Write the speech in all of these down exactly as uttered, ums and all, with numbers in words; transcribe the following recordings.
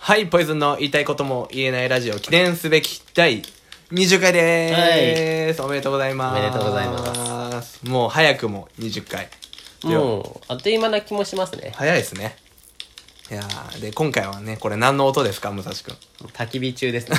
はい、ポイズンの言いたいことも言えないラジオ記念すべきだいにじゅっかいでーす、はい、おめでとうございます。 おめでとうございます。 もう早くもにじゅっかい。 もうあっという間な気もしますね。 早いですね。いやー、で今回はね、これ何の音ですか、武蔵くん。 焚き火中ですね。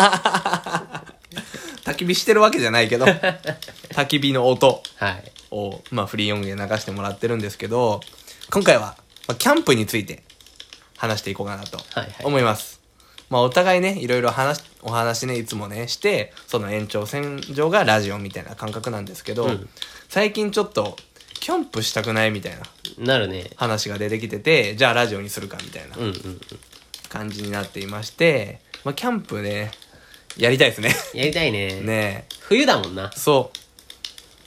焚き火してるわけじゃないけど焚き火の音はいを、まあ、フリー音源で流してもらってるんですけど、今回は、まあ、キャンプについて話していこうかなと思います。はいはい、まあ、お互いね、いろいろ話、お話ね、いつもね、して、その延長線上がラジオみたいな感覚なんですけど、うん、最近ちょっと、キャンプしたくないみたいな。 なるね。 話が出てきてて、じゃあラジオにするかみたいな感じになっていまして、まあ、キャンプね、やりたいですね。 やりたいね。 ねえ。 冬だもんな。 そう。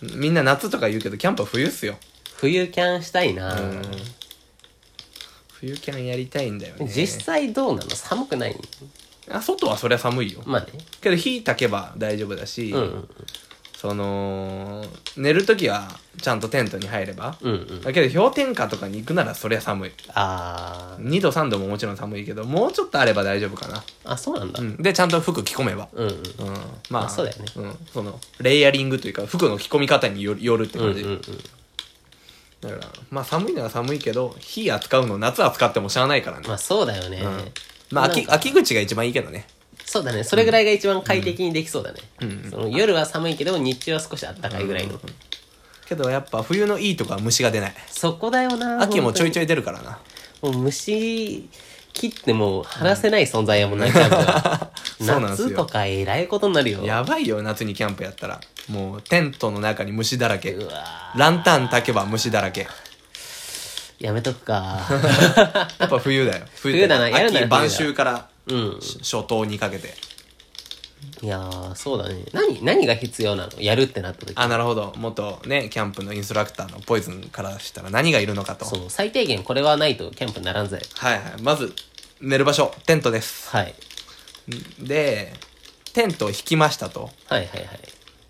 みんな夏とか言うけど、キャンプは冬っすよ。 冬キャンしたいな。うん。 冬キャンやりたいんだよね。 実際どうなの？寒くない？ あ、外はそりゃ寒いよ。 まあね。 けど火焚けば大丈夫だし、うんうんうん、その、寝るときはちゃんとテントに入れば。うんうん、だけど氷点下とかに行くならそりゃ寒い。あー。にどさんどももちろん寒いけど、もうちょっとあれば大丈夫かな。 あ、そうなんだ。 うん、で、ちゃんと服着込めば。うんうん。うん、 まあ、まあ、そうだよね。 うん。その、レイヤリングというか、服の着込み方によるって感じ。うんうんうん、だから、まあ寒いのは寒いけど、火扱うの夏扱ってもしゃあないからね。 まあそうだよね。うん、 まあ秋、秋口が一番いいけどね。 そうだね。それぐらいが一番快適にできそうだね。うんうん、その夜は寒いけど、日中は少し暖かいぐらいの。うんうん、 けどやっぱ冬のいいとこは虫が出ない。 そこだよな。 秋もちょいちょい出るからな。 もう虫切っても離せない存在やもんな、キャンプは。そうなんですよ。夏とかえらいことになるよ。 やばいよ、夏にキャンプやったら。もうテントの中に虫だらけ。うわランタン焚けば虫だらけ。 やめとくか。 やっぱ冬だよ。 冬, 冬だな。やるなら秋晩秋から、うん、初冬にかけて。 いやー、そうだね。何、何が必要なの？やるってなった時。 あ、なるほど。元ね、キャンプのインストラクターのポイズンからしたら何がいるのかと。 そう、最低限これはないとキャンプならんぜ。 はいはい。まず、寝る場所、テントです。はい。で、テントを引きましたと。はいはいはい。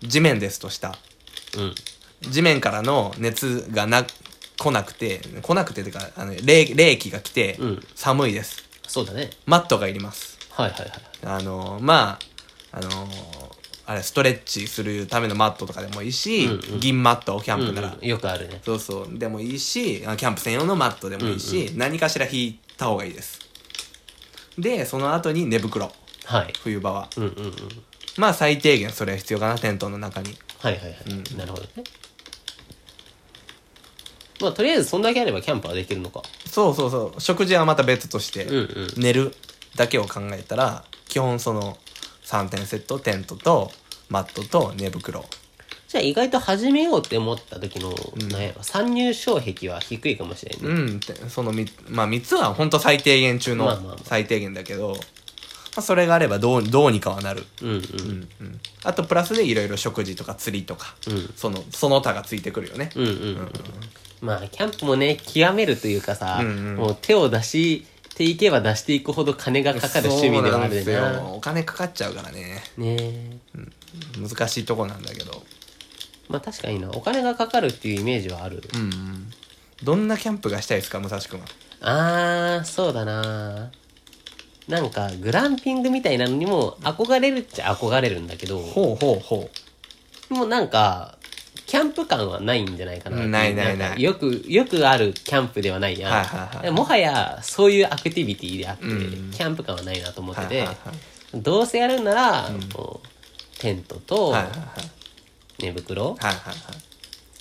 地面ですとした。うん。地面からの熱がな、来なくて、来なくててか、あの、冷、冷気が来て、うん、寒いです。 そうだね。 マットがいります。はいはいはい。あの、まあ、あのー、あれ、ストレッチするためのマットとかでもいいし、うんうん、銀マット、キャンプなら、 うんうん。よくあるね。 そうそう。でもいいし、キャンプ専用のマットでもいいし、うんうん、何かしら引いた方がいいです。で、その後に寝袋。はい。冬場は。うんうんうん。まあ最低限それは必要かな、テントの中に。 はいはいはい。うん、なるほどね。まあとりあえずそんだけあればキャンプはできるのか。 そうそうそう。食事はまた別として、うんうん、寝るだけを考えたら、基本そのさんてんセット、テントとマットと寝袋。 じゃあ意外と始めようって思った時の、うん、なんやろ、参入障壁は低いかもしれんね。 うん。そのみ、まあみっつは本当最低限中の最低限だけど、まあまあまあ、それがあればどう、どうにかはなる。うんうん。うんうん、あとプラスでいろいろ食事とか釣りとか、うん、その、その他がついてくるよね。うんうんうん。うんうん、 まあキャンプもね、極めるというかさ、うんうん、もう手を出していけば出していくほど金がかかる趣味ではあるね。 そうなんですよ。お金かかっちゃうからね。ねえ、うん。難しいとこなんだけど。 まあ確かにな、お金がかかるっていうイメージはある。 うん、うん。どんなキャンプがしたいですか、武蔵くんは。 あー、そうだな。なんか、グランピングみたいなのにも憧れるっちゃ憧れるんだけど。 ほうほうほう。もうなんか、キャンプ感はないんじゃないかな。 ないないない。 よく、よくあるキャンプではないやん。はいはいはい。もはや、そういうアクティビティであって、うん、キャンプ感はないなと思ってて、はいはいはい、どうせやるなら、うん、もうテントと、はいはいはい、寝袋、はいはいはい、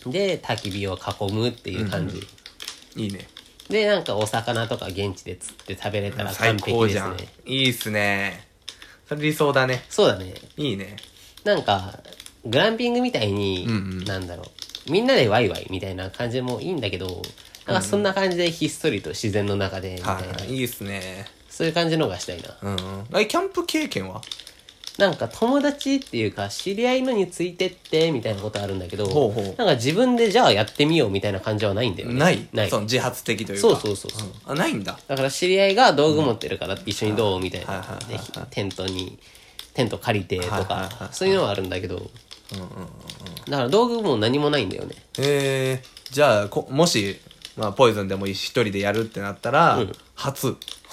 で、焚き火を囲むっていう感じ。 うん、いいね。 で、なんかお魚とか現地で釣って食べれたら完璧ですね。最高じゃん。 いいっすね。それ理想だね。 そうだね。 いいね。 なんか、グランピングみたいに、うんうん、なんだろう、みんなでワイワイみたいな感じもいいんだけど、なんかそんな感じでひっそりと自然の中で、みたいな。 はい、いいっすね。 そういう感じのがしたいな。 うんうん。え、キャンプ経験は？ なんか友達っていうか知り合いのについてってみたいなことあるんだけど、ほうほう、なんか自分でじゃあやってみようみたいな感じはないんだよね。 ないない。その自発的というか。 そうそうそうそう、 うん、あ、ないんだ。 だから知り合いが道具持ってるから一緒にどうみたいな。で、テントに、テント借りてとか、そういうのはあるんだけど、うんうんうんうん、だから道具も何もないんだよね。 へえー、じゃあこ、もし、まあ、ポイズンでもいいし、一人でやるってなったら、うん、初。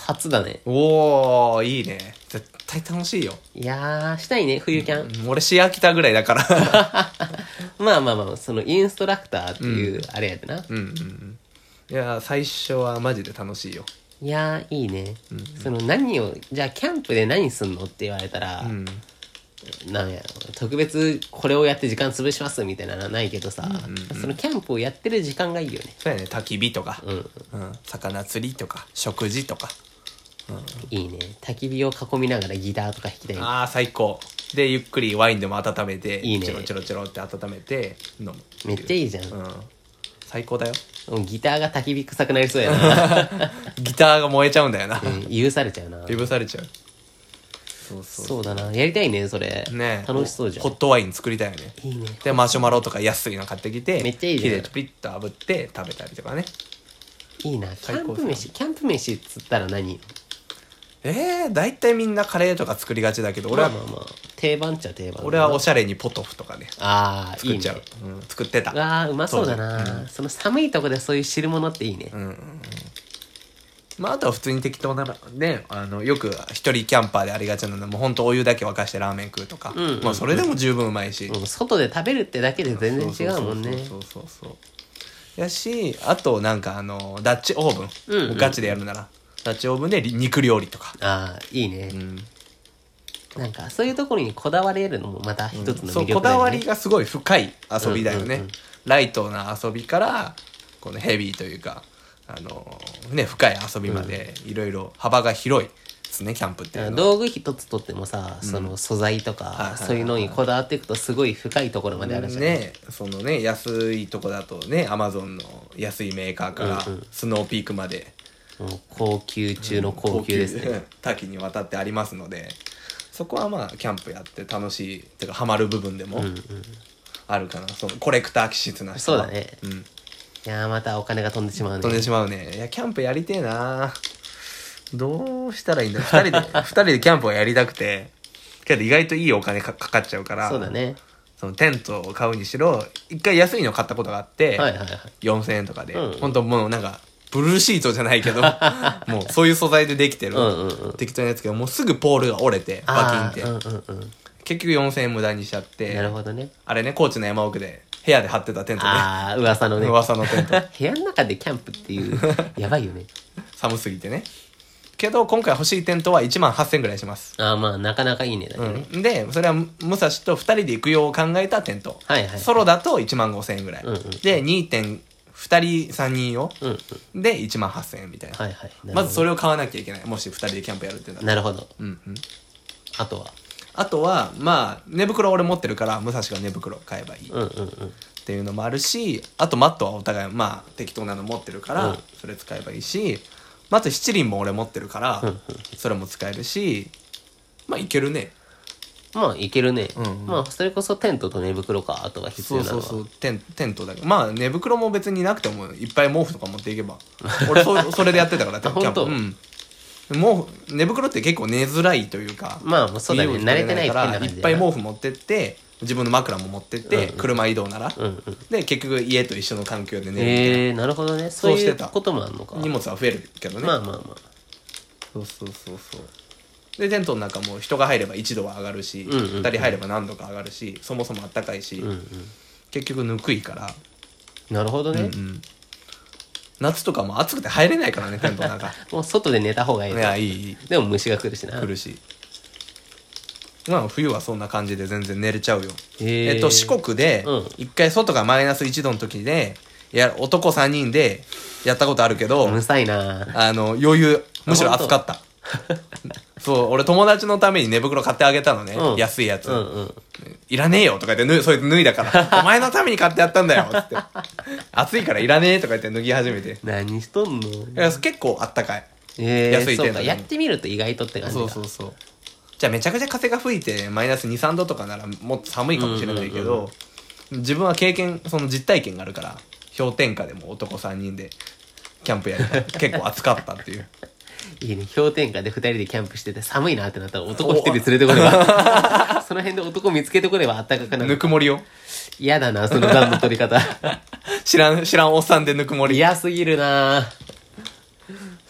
初だね。 おー、いいね。絶対楽しいよ。 いやー、したいね、冬キャン。 うん、俺シ飽きたぐらいだから。 まあまあまあ、そのインストラクターっていう、あれやでな。 うんうんうん。いやー、最初はマジで楽しいよ。 いやー、いいね。うんうん、その何を、じゃあキャンプで何すんのって言われたら、うん、なんやろ、特別これをやって時間潰しますみたいなのはないけどさ、うんうんうん、そのキャンプをやってる時間がいいよね。 そうやね、焚き火とか、うんうん、魚釣りとか、食事とか。 うん、いいね。焚き火を囲みながらギターとか弾きたい。 ああ、最高。で、ゆっくりワインでも温めて、 いいね。 チョロチョロチョロって温めて飲む。 めっちゃいいじゃん。 うん。最高だよ。 ギターが焚き火臭くなりそうやな。 ギターが燃えちゃうんだよな。 うん、許されちゃうな。 許されちゃう。 そうそう。そうだな。やりたいね、それ。ね、楽しそうじゃん。 ホットワイン作りたいよね。 いいね。 で、マシュマロとか安いの買ってきて、 めっちゃいいじゃん。 火でピッと炙って食べたりとかね。 いいな。キャンプ飯、キャンプ飯っつったら何？ えー、大体みんなカレーとか作りがちだけど、俺は、 まあまあまあ、定番っちゃ定番。 俺はおしゃれにポトフとかね。 ああ、 作っちゃう。いいね、うん。作ってた。 ああ、うまそうだな、うん。その寒いとこでそういう汁物っていいね。うんうんうん。 まあ、あとは普通に適当な、ね、あの、よく一人キャンパーでありがちなのも、ほんとお湯だけ沸かしてラーメン食うとか。うんうんうん、まあ、それでも十分うまいし、 うん。外で食べるってだけで全然違うもんね。 そうそうそうそう。やし、あとなんかあの、ダッチオーブン。うんうん、ガチでやるなら。ダッチオーブンで肉料理とか。 ああ、いいね。うん、なんか、そういうところにこだわれるのもまた一つの魅力だよね、うん。そう、 こだわりがすごい深い遊びだよね。うんうんうん、ライトな遊びから、このヘビーというか、あのー、ね、深い遊びまで、いろいろ幅が広いですね、キャンプっていうのは。 道具一つとってもさ、うん、その素材とか、そういうのにこだわっていくとすごい深いところまであるじゃん。 ね、そのね、安いとこだとね、アマゾンの安いメーカーから、スノーピークまで、 高級中の高級ですね、うん、 多岐にわたってありますので、そこはまあキャンプやって楽しいっていうかハマる部分でもあるかな、うんうん、そのコレクター気質な人は。そうだね、うん、いやまたお金が飛んでしまうね。 飛んでしまうね。いやキャンプやりてえな。どうしたらいいんだ。二人で二人でキャンプをやりたくて、けど意外といいお金 か, かかっちゃうから。 そうだね。 そのテントを買うにしろ、一回安いの買ったことがあって、はいはいはい、よんせんえんとかで、うんうん、本当もうなんかブルーシートじゃないけどもうそういう素材でできてるうんうん、うん、適当なやつけど、もうすぐポールが折れてバキンって、うんうんうん、結局よんせんえん無駄にしちゃって。 なるほどね。 あれね、高知の山奥で部屋で張ってたテントね。 ああ、噂のね。 噂のテント。 部屋の中でキャンプっていうやばいよね。 寒すぎてね。けど今回欲しいテントはいちまんはっせんえんぐらいします。 ああ、まあなかなかいい値段ね、 うん、でそれは武蔵とふたりで行くよう考えたテント、はいはいはい、ソロだといちまんごせんえんぐらい、うんうん、で にてんふたりさんにん用、うんうん、でいちまんはっせんえんみたいな、はいはい、なまずそれを買わなきゃいけない。もしふたりでキャンプやるってなったら。 なるほど、 うんうん、 あとはあとはまあ寝袋俺持ってるから武蔵が寝袋買えばいい、うんうんうん、っていうのもあるし、あとマットはお互いまあ適当なの持ってるから、うん、それ使えばいいし、まず七輪も俺持ってるから、うんうん、それも使えるし、まあいけるね。 まあいけるね、うんうん、まあそれこそテントと寝袋か、あとは必要なのは。 そうそうそう、テン、テントだけど、まあ寝袋も別になくてもいっぱい毛布とか持っていけば俺 そ, それでやってたからキャンプ、うん、もう寝袋って結構寝づらいというか、 まあそうだね、慣れてないからいっぱい毛布持ってって自分の枕も持ってって、うんうん、車移動なら、うんうん、で結局家と一緒の環境で寝るみたいな。 えー、なるほどね。そういうこともあるのか。 荷物は増えるけどね。 まあまあまあ。 そうそうそうそう。でテントの中も人が入ればいちどは上がるし、うんうんうん、ふたり入れば何度か上がるし、そもそもあったかいし、うんうん、結局ぬくいから。 なるほどね、うんうん、 夏とかも暑くて入れないからねテントの中もう外で寝た方がいい。いやいいいい。 でも虫が来るしな。 来るし、まあ冬はそんな感じで全然寝れちゃうよ。えっと四国で一回外がマイナスいちどの時で、いや男さんにんでやったことあるけど、 うるさいな。 あの余裕、むしろ暑かったそう俺友達のために寝袋買ってあげたのね、うん、安いやつ、うんうん、いらねえよとか言ってそいつ脱いだからお前のために買ってやったんだよって暑いからいらねえとか言って脱ぎ始めて。 何しとんの。 いや結構あったかい、 えー、安いテント。そうか、やってみると意外とって感じか。 そうそうそう。じゃあめちゃくちゃ風が吹いてマイナスに、さんどとかならもっと寒いかもしれないけど、うんうんうん、自分は経験、その実体験があるから、氷点下でも男さんにんでキャンプやりたい。結構暑かったっていう。 いいね。氷点下でふたりでキャンプしてて寒いなってなったら男一人連れてこればその辺で男見つけてこればあったかくなる。 ぬくもりを。 嫌だなその暖の取り方知らん知らんおっさんでぬくもり。 嫌すぎるな。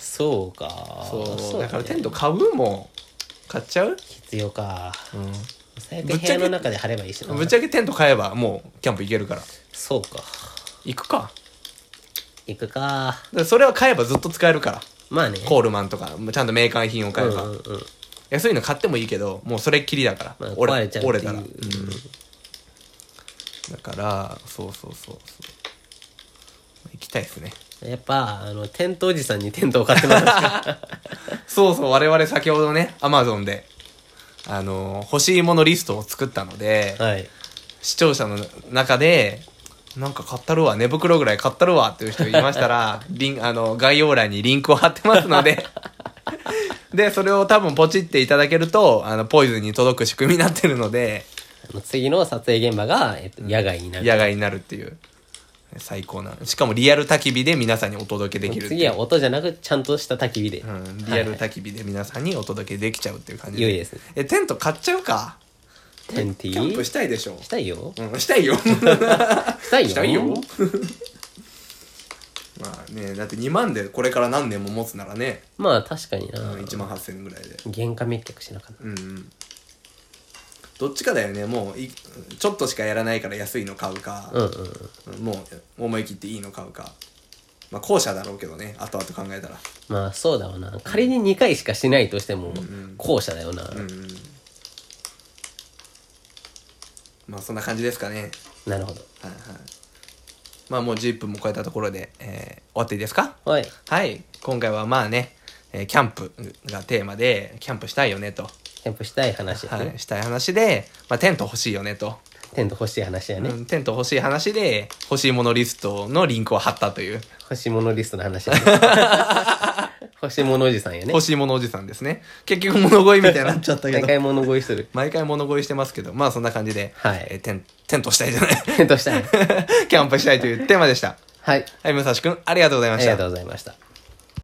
そうか。 そうそう、 だからテント買うもん買っちゃう。 必要か。 うん。 最悪部屋の中で張ればいいしな。 ぶっちゃけテント買えばもうキャンプ行けるから。 そうか。 行くか。 行くか。 だそれは買えばずっと使えるから。 まあね。 コールマンとかちゃんとメーカー品を買えば。うんうんうん、安いの買ってもいいけどもうそれっきりだから。 まあ、折れちゃう折れたら。うん。だからそうそうそうそう。行きたいですね。 やっぱあのテントおじさんにテントを買ってもらったそうそう我々先ほどねアマゾンであの欲しいものリストを作ったので、はい、視聴者の中でなんか買ったるわ寝袋ぐらい買ったるわっていう人いましたらリンあの概要欄にリンクを貼ってますのででそれを多分ポチっていただけるとあのポイズンに届く仕組みになってるのであの次の撮影現場が、えっと、野外になる野外になるっていう最高なしかもリアル焚き火で皆さんにお届けできる次は音じゃなくちゃんとした焚き火で、うん、リアル焚き火で皆さんにお届けできちゃうっていう感じで、 良いですね。 えテント買っちゃうか。 テンティーキャンプしたいでしょ。 したいよ、 うん、したいよしたいよしたいよまあねだってにまんでこれから何年も持つならねまあ確かにな、 うん、いちまんはっせんえんぐらいで原価滅却しなかった。 うん、うん、どっちかだよね。もういちょっとしかやらないから安いの買うか、うんうんうん、もう思い切っていいの買うか。まあ後者だろうけどね後々考えたら。 まあそうだわな。仮ににかいしかしないとしても後者だよな。うんうん、 まあそんな感じですかね。 なるほど。 はいはい。まあもうじゅっぷんも超えたところで、えー、終わっていいですか。 はい。 はい。今回はまあね、えー、キャンプがテーマでキャンプしたいよねと。 キャンプしたい話やね。 はい、したい話で、まあ、テント欲しいよねと。 テント欲しい話やね、 うん。テント欲しい話で、欲しいものリストのリンクを貼ったという。 欲しいものリストの話やね。欲しいものおじさんやね。 欲しいものおじさんですね。結局物乞いみたいになっちゃったけど。 毎回物乞いする。 毎回物乞いしてますけど、まあそんな感じで、 はい。 えー、テン、テントしたいじゃない。 テントしたい。 キャンプしたいというテーマでした。 はい。 はい、武蔵くん、ありがとうございました。 ありがとうございました。